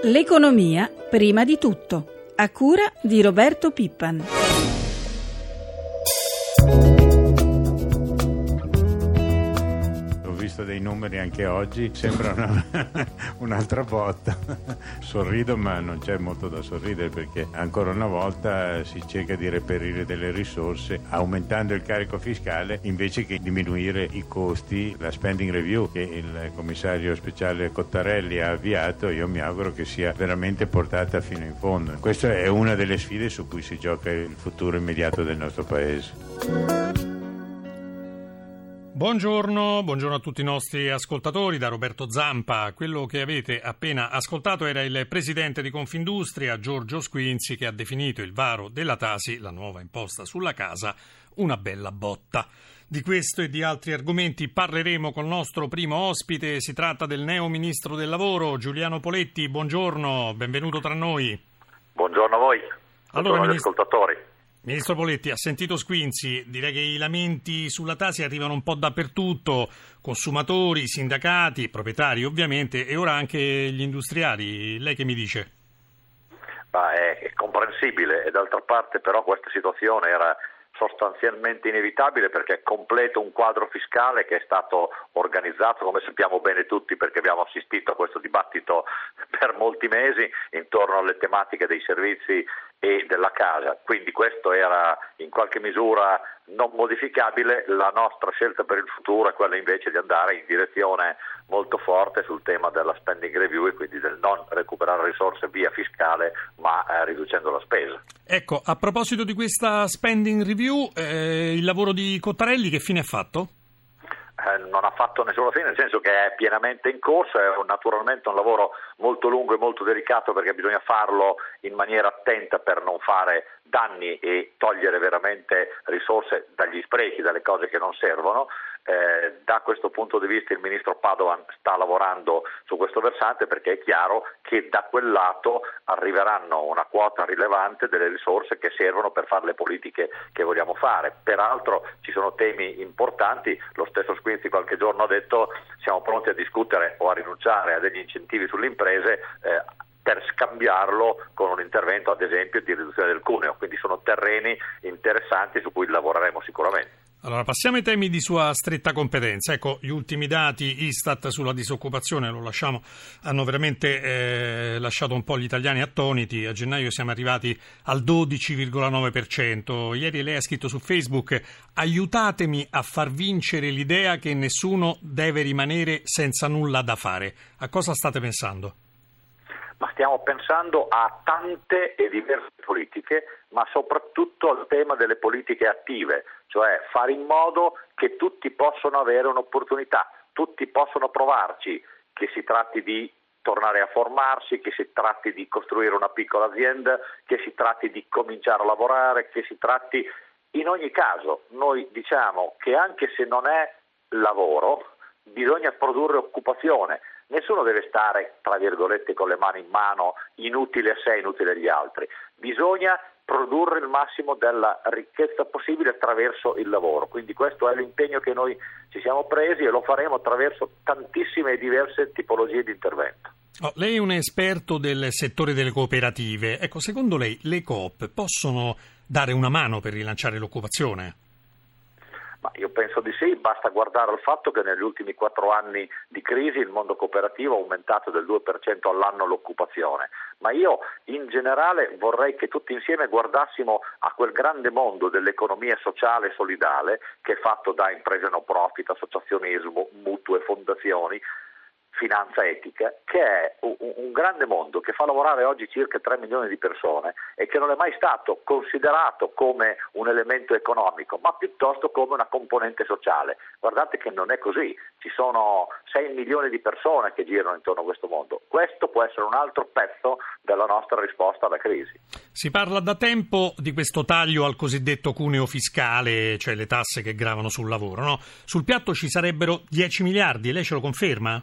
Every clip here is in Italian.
L'economia prima di tutto, a cura di Roberto Pippan. Ho visto dei numeri anche oggi, sembra un'altra botta. Sorrido, ma non c'è molto da sorridere, perché ancora una volta si cerca di reperire delle risorse aumentando il carico fiscale invece che diminuire i costi. La spending review che il commissario speciale Cottarelli ha avviato, io mi auguro che sia veramente portata fino in fondo. Questa è una delle sfide su cui si gioca il futuro immediato del nostro paese. Buongiorno a tutti i nostri ascoltatori da Roberto Zampa. Quello che avete appena ascoltato era il presidente di Confindustria, Giorgio Squinzi, che ha definito il varo della Tasi, la nuova imposta sulla casa, una bella botta. Di questo e di altri argomenti parleremo col nostro primo ospite. Si tratta del neo ministro del lavoro, Giuliano Poletti. Buongiorno, benvenuto tra noi. Buongiorno a voi, allora, agli ascoltatori. Ministro Poletti, ha sentito Squinzi, direi che i lamenti sulla Tasi arrivano un po' dappertutto, consumatori, sindacati, proprietari ovviamente, e ora anche gli industriali. Lei che mi dice? È comprensibile, e d'altra parte però questa situazione era sostanzialmente inevitabile, perché completa un quadro fiscale che è stato organizzato, come sappiamo bene tutti, perché abbiamo assistito a questo dibattito per molti mesi intorno alle tematiche dei servizi e della casa. Quindi questo era in qualche misura non modificabile. La nostra scelta per il futuro è quella invece di andare in direzione molto forte sul tema della spending review, e quindi del non recuperare risorse via fiscale, ma riducendo la spesa. Ecco, a proposito di questa spending review, il lavoro di Cottarelli che fine ha fatto? Non ha fatto nessuna fine, nel senso che è pienamente in corso. È naturalmente un lavoro molto lungo e molto delicato, perché bisogna farlo in maniera attenta per non fare danni e togliere veramente risorse dagli sprechi, dalle cose che non servono. Da questo punto di vista il ministro Padoan sta lavorando su questo versante, perché è chiaro che da quel lato arriveranno una quota rilevante delle risorse che servono per fare le politiche che vogliamo fare. Peraltro ci sono temi importanti. Lo stesso Squinzi qualche giorno ha detto: siamo pronti a discutere o a rinunciare a degli incentivi sulle imprese per scambiarlo con un intervento, ad esempio, di riduzione del cuneo. Quindi sono terreni interessanti su cui lavoreremo sicuramente. Allora, passiamo ai temi di sua stretta competenza. Ecco, gli ultimi dati Istat sulla disoccupazione, hanno veramente lasciato un po' gli italiani attoniti. A gennaio siamo arrivati al 12,9%. Ieri lei ha scritto su Facebook: aiutatemi a far vincere l'idea che nessuno deve rimanere senza nulla da fare. A cosa state pensando? Ma stiamo pensando a tante e diverse politiche, ma soprattutto al tema delle politiche attive, cioè fare in modo che tutti possano avere un'opportunità, tutti possono provarci, che si tratti di tornare a formarsi, che si tratti di costruire una piccola azienda, che si tratti di cominciare a lavorare, che si tratti... In ogni caso, noi diciamo che anche se non è lavoro, bisogna produrre occupazione. Nessuno deve stare, tra virgolette, con le mani in mano, inutile a sé, inutile agli altri. Bisogna produrre il massimo della ricchezza possibile attraverso il lavoro. Quindi questo è l'impegno che noi ci siamo presi, e lo faremo attraverso tantissime e diverse tipologie di intervento. Lei è un esperto del settore delle cooperative. Ecco, secondo lei le coop possono dare una mano per rilanciare l'occupazione? Ma io penso di sì, basta guardare al fatto che negli ultimi 4 anni di crisi il mondo cooperativo ha aumentato del 2% all'anno l'occupazione. Ma io in generale vorrei che tutti insieme guardassimo a quel grande mondo dell'economia sociale e solidale, che è fatto da imprese no profit, associazionismo, mutue, fondazioni, finanza etica, che è un grande mondo che fa lavorare oggi circa 3 milioni di persone, e che non è mai stato considerato come un elemento economico, ma piuttosto come una componente sociale. Guardate che non è così, ci sono 6 milioni di persone che girano intorno a questo mondo. Questo può essere un altro pezzo della nostra risposta alla crisi. Si parla da tempo di questo taglio al cosiddetto cuneo fiscale, cioè le tasse che gravano sul lavoro, no? Sul piatto ci sarebbero 10 miliardi, lei ce lo conferma?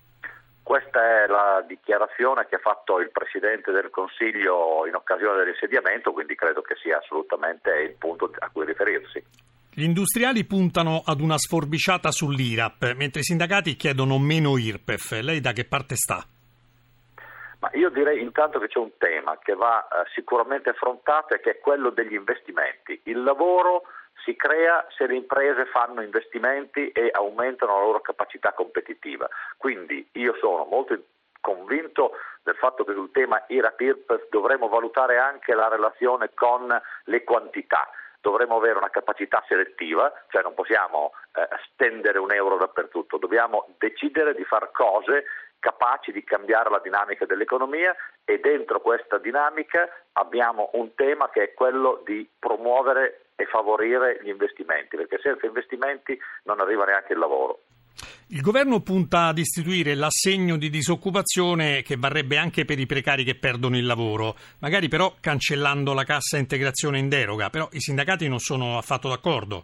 Questa è la dichiarazione che ha fatto il Presidente del Consiglio in occasione dell'insediamento, quindi credo che sia assolutamente il punto a cui riferirsi. Gli industriali puntano ad una sforbiciata sull'IRAP, mentre i sindacati chiedono meno IRPEF. Lei da che parte sta? Ma io direi intanto che c'è un tema che va sicuramente affrontato e che è quello degli investimenti. Il lavoro si crea se le imprese fanno investimenti e aumentano la loro capacità competitiva. Quindi io sono molto convinto del fatto che sul tema IRAP-IRPEF dovremo valutare anche la relazione con le quantità. Dovremo avere una capacità selettiva, cioè non possiamo spendere un euro dappertutto, dobbiamo decidere di fare cose capaci di cambiare la dinamica dell'economia, e dentro questa dinamica abbiamo un tema che è quello di promuovere e favorire gli investimenti, perché senza investimenti non arriva neanche il lavoro. Il governo punta ad istituire l'assegno di disoccupazione, che varrebbe anche per i precari che perdono il lavoro, magari però cancellando la cassa integrazione in deroga, però i sindacati non sono affatto d'accordo.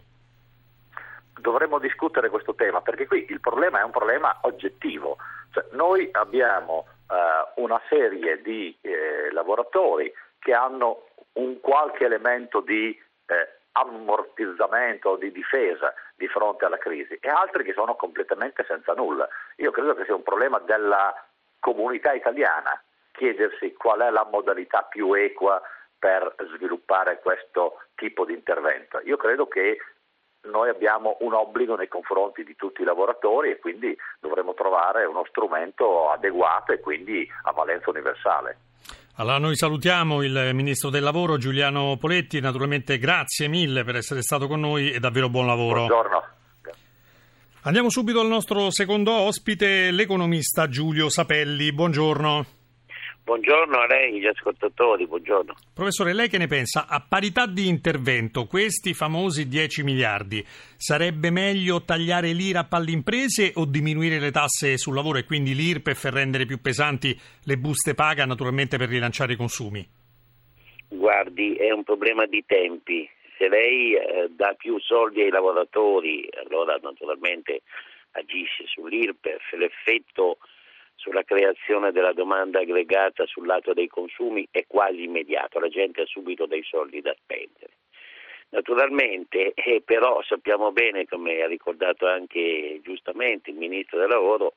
Dovremmo discutere questo tema, perché qui il problema è un problema oggettivo. Cioè, noi abbiamo una serie di lavoratori che hanno un qualche elemento di ammortizzamento, di difesa di fronte alla crisi, e altri che sono completamente senza nulla. Io credo che sia un problema della comunità italiana chiedersi qual è la modalità più equa per sviluppare questo tipo di intervento. Io credo che noi abbiamo un obbligo nei confronti di tutti i lavoratori e quindi dovremo trovare uno strumento adeguato e quindi a valenza universale. Allora noi salutiamo il Ministro del Lavoro Giuliano Poletti, naturalmente grazie mille per essere stato con noi e davvero buon lavoro. Buongiorno. Andiamo subito al nostro secondo ospite, l'economista Giulio Sapelli. Buongiorno. Buongiorno a lei, gli ascoltatori, buongiorno. Professore, lei che ne pensa? A parità di intervento, questi famosi 10 miliardi, sarebbe meglio tagliare l'IRAP alle imprese o diminuire le tasse sul lavoro e quindi l'IRPEF e rendere più pesanti le buste paga, naturalmente per rilanciare i consumi? Guardi, è un problema di tempi. Se lei dà più soldi ai lavoratori, allora naturalmente agisce sull'IRPEF, l'effetto sulla creazione della domanda aggregata sul lato dei consumi è quasi immediato, la gente ha subito dei soldi da spendere. Naturalmente, però sappiamo bene, come ha ricordato anche giustamente il Ministro del Lavoro,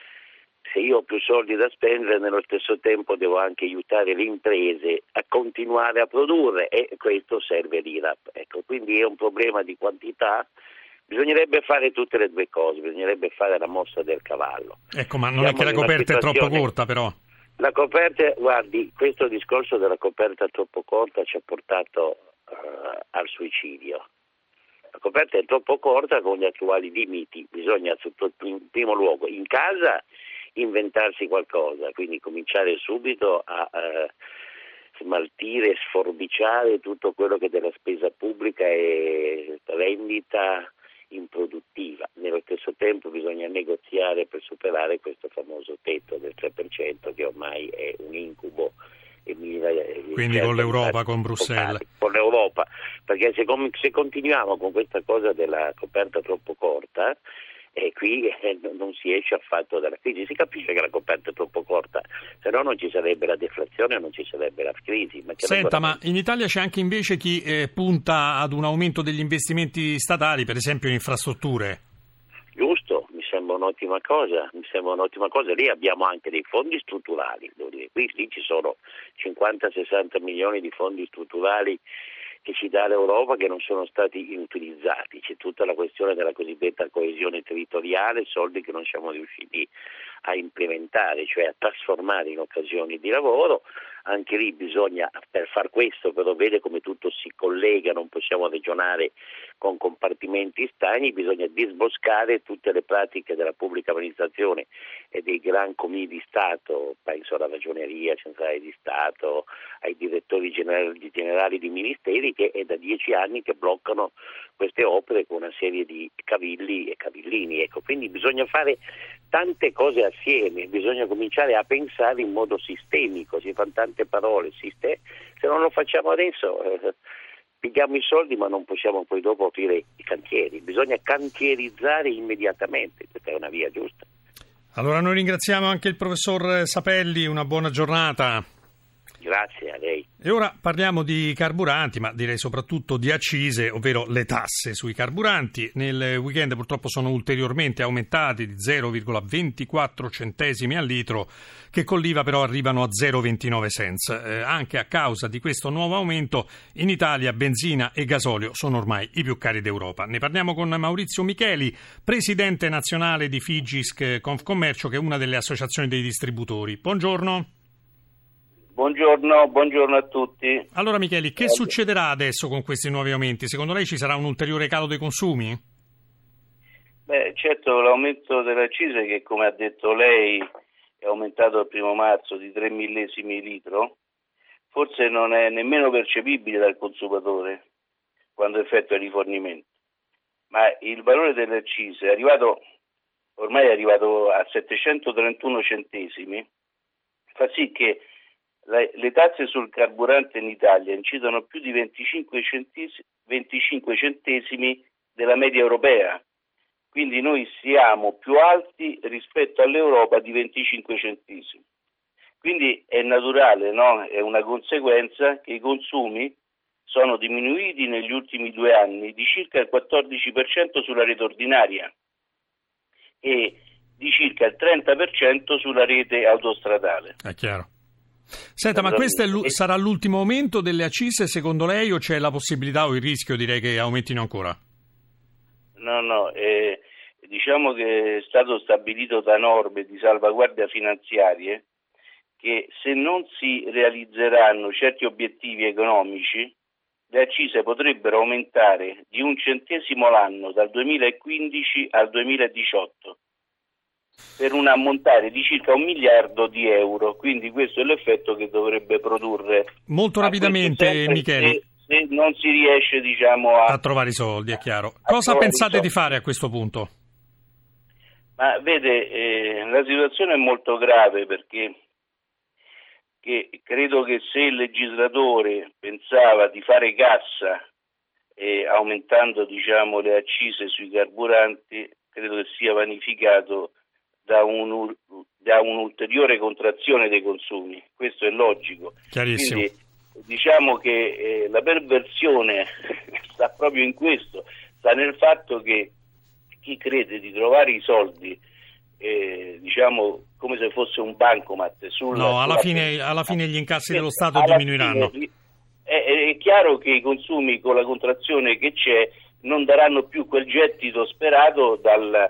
se io ho più soldi da spendere, nello stesso tempo devo anche aiutare le imprese a continuare a produrre, e questo serve l'IRAP. Ecco, quindi è un problema di quantità. Bisognerebbe fare tutte le due cose, bisognerebbe fare la mossa del cavallo. Ecco, ma non è che la coperta è troppo corta, però. La coperta, guardi, questo discorso della coperta troppo corta ci ha portato al suicidio. La coperta è troppo corta con gli attuali limiti, bisogna in primo luogo in casa inventarsi qualcosa, quindi cominciare subito a smaltire, sforbiciare tutto quello che della spesa pubblica è rendita improduttiva. Nello stesso tempo bisogna negoziare per superare questo famoso tetto del 3% che ormai è un incubo. Quindi con l'Europa, con Bruxelles. Con l'Europa, perché se continuiamo con questa cosa della coperta troppo corta, qui non si esce affatto dalla crisi. Si capisce che la coperta è troppo corta, se no non ci sarebbe la deflazione, non ci sarebbe la crisi. Senta, ma in Italia c'è anche invece chi punta ad un aumento degli investimenti statali, per esempio in infrastrutture. Giusto, mi sembra un'ottima cosa. Lì abbiamo anche dei fondi strutturali, devo dire. Lì ci sono 50-60 milioni di fondi strutturali che ci dà l'Europa che non sono stati utilizzati. C'è tutta la questione della cosiddetta coesione territoriale, soldi che non siamo riusciti a implementare, cioè a trasformare in occasioni di lavoro. Anche lì bisogna, per far questo, però vede come tutto si collega, non possiamo ragionare con compartimenti stagni, bisogna disboscare tutte le pratiche della pubblica amministrazione e dei gran comi di Stato, penso alla Ragioneria Centrale di Stato, ai direttori generali di ministeri, che è da 10 anni che bloccano queste opere con una serie di cavilli e cavillini. Ecco, quindi bisogna fare tante cose assieme, bisogna cominciare a pensare in modo sistemico, si fanno tante parole, se non lo facciamo adesso pigliamo i soldi ma non possiamo poi dopo aprire i cantieri, bisogna cantierizzare immediatamente, questa è una via giusta. Allora noi ringraziamo anche il professor Sapelli, una buona giornata. Grazie a lei. E ora parliamo di carburanti, ma direi soprattutto di accise, ovvero le tasse sui carburanti. Nel weekend purtroppo sono ulteriormente aumentati di 0,24 centesimi al litro, che con l'IVA però arrivano a 0,29 cents. Anche a causa di questo nuovo aumento, in Italia benzina e gasolio sono ormai i più cari d'Europa. Ne parliamo con Maurizio Micheli, presidente nazionale di Figisc Confcommercio, che è una delle associazioni dei distributori. Buongiorno. Buongiorno a tutti. Allora Micheli, che succederà adesso con questi nuovi aumenti? Secondo lei ci sarà un ulteriore calo dei consumi? Beh, certo, l'aumento delle accise, che come ha detto lei è aumentato il 1 marzo di 3 millesimi litro, forse non è nemmeno percepibile dal consumatore quando effettua il rifornimento. Ma il valore delle accise ormai è arrivato a 731 centesimi, fa sì che le tasse sul carburante in Italia incidono più di 25 centesimi della media europea, quindi noi siamo più alti rispetto all'Europa di 25 centesimi. Quindi è naturale, no? È una conseguenza che i consumi sono diminuiti negli ultimi 2 anni di circa il 14% sulla rete ordinaria e di circa il 30% sulla rete autostradale. È chiaro. Senta, ma questo sarà l'ultimo aumento delle accise secondo lei, o c'è la possibilità o il rischio, direi, che aumentino ancora? No, diciamo che è stato stabilito da norme di salvaguardia finanziarie che se non si realizzeranno certi obiettivi economici, le accise potrebbero aumentare di 1 centesimo l'anno dal 2015 al 2018. Per un ammontare di circa 1 miliardo di euro, quindi questo è l'effetto che dovrebbe produrre. Molto rapidamente, Micheli. Se non si riesce, a trovare i soldi, è chiaro. Cosa pensate di fare a questo punto? Ma vede, la situazione è molto grave perché credo che se il legislatore pensava di fare cassa aumentando le accise sui carburanti, credo che sia vanificato da un'ulteriore contrazione dei consumi. Questo è logico. Chiarissimo. Quindi diciamo che la perversione sta proprio in questo, sta nel fatto che chi crede di trovare i soldi come se fosse un bancomat alla fine gli incassi dello Stato diminuireranno. È chiaro che i consumi, con la contrazione che c'è, non daranno più quel gettito sperato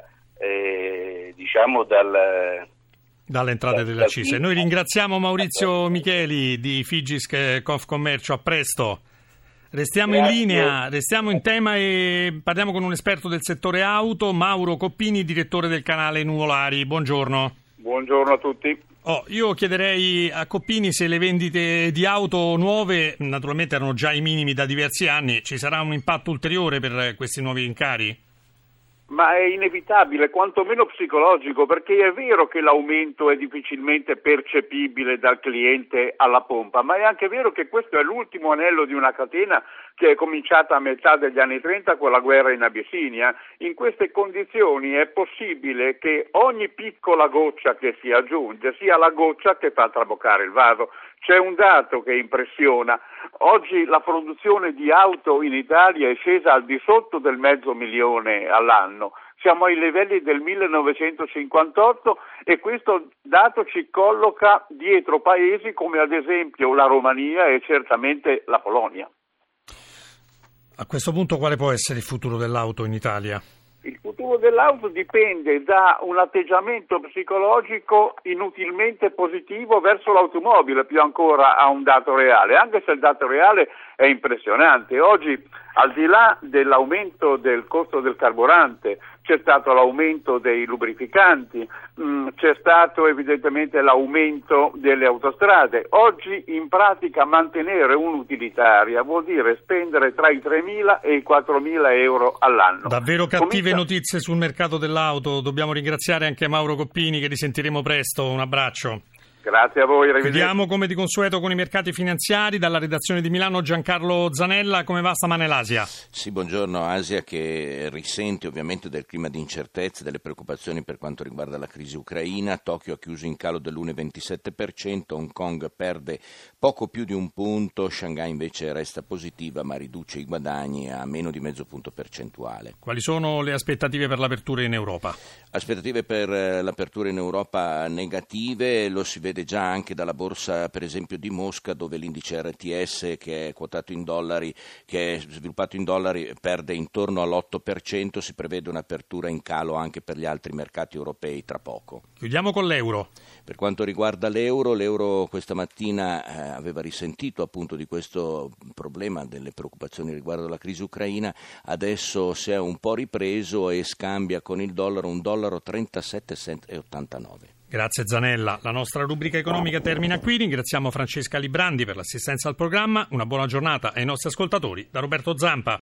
dalle entrate delle accise. Noi ringraziamo Maurizio Micheli di Figisc Confcommercio. A presto. Restiamo in linea, restiamo in tema e parliamo con un esperto del settore auto, Mauro Coppini, direttore del canale Nuvolari. Buongiorno. Buongiorno a tutti. Io chiederei a Coppini se le vendite di auto nuove, naturalmente erano già ai minimi da diversi anni, ci sarà un impatto ulteriore per questi nuovi rincari? Ma è inevitabile, quantomeno psicologico, perché è vero che l'aumento è difficilmente percepibile dal cliente alla pompa, ma è anche vero che questo è l'ultimo anello di una catena che è cominciata a metà degli anni 30 con la guerra in Abissinia. In queste condizioni è possibile che ogni piccola goccia che si aggiunge sia la goccia che fa traboccare il vaso. C'è un dato che impressiona. Oggi la produzione di auto in Italia è scesa al di sotto del 500.000 all'anno. Siamo ai livelli del 1958 e questo dato ci colloca dietro paesi come ad esempio la Romania e certamente la Polonia. A questo punto quale può essere il futuro dell'auto in Italia? Il futuro dell'auto dipende da un atteggiamento psicologico inutilmente positivo verso l'automobile, più ancora a un dato reale, anche se il dato reale è impressionante. Oggi, al di là dell'aumento del costo del carburante, c'è stato l'aumento dei lubrificanti, c'è stato evidentemente l'aumento delle autostrade. Oggi in pratica mantenere un'utilitaria vuol dire spendere tra i 3.000 e i 4.000 euro all'anno. Davvero cattive notizie sul mercato dell'auto. Dobbiamo ringraziare anche Mauro Coppini, che risentiremo presto. Un abbraccio. Grazie a voi, arrivederci. Chiudiamo come di consueto con i mercati finanziari. Dalla redazione di Milano Giancarlo Zanella, come va stamane l'Asia? Sì, buongiorno. Asia che risente ovviamente del clima di incertezza, delle preoccupazioni per quanto riguarda la crisi ucraina. Tokyo ha chiuso in calo dell'1,27%, Hong Kong perde poco più di un punto, Shanghai invece resta positiva ma riduce i guadagni a meno di mezzo punto percentuale. Quali sono le aspettative per l'apertura in Europa? Aspettative per l'apertura in Europa negative, lo si vede già anche dalla borsa per esempio di Mosca, dove l'indice RTS, che è quotato in dollari, che è sviluppato in dollari, perde intorno all'8%, si prevede un'apertura in calo anche per gli altri mercati europei tra poco. Chiudiamo con l'euro. Per quanto riguarda l'euro questa mattina aveva risentito appunto di questo problema, delle preoccupazioni riguardo la crisi ucraina, adesso si è un po' ripreso e scambia con il dollaro $1,37,89. Grazie Zanella. La nostra rubrica economica termina qui. Ringraziamo Francesca Librandi per l'assistenza al programma. Una buona giornata ai nostri ascoltatori da Roberto Zampa.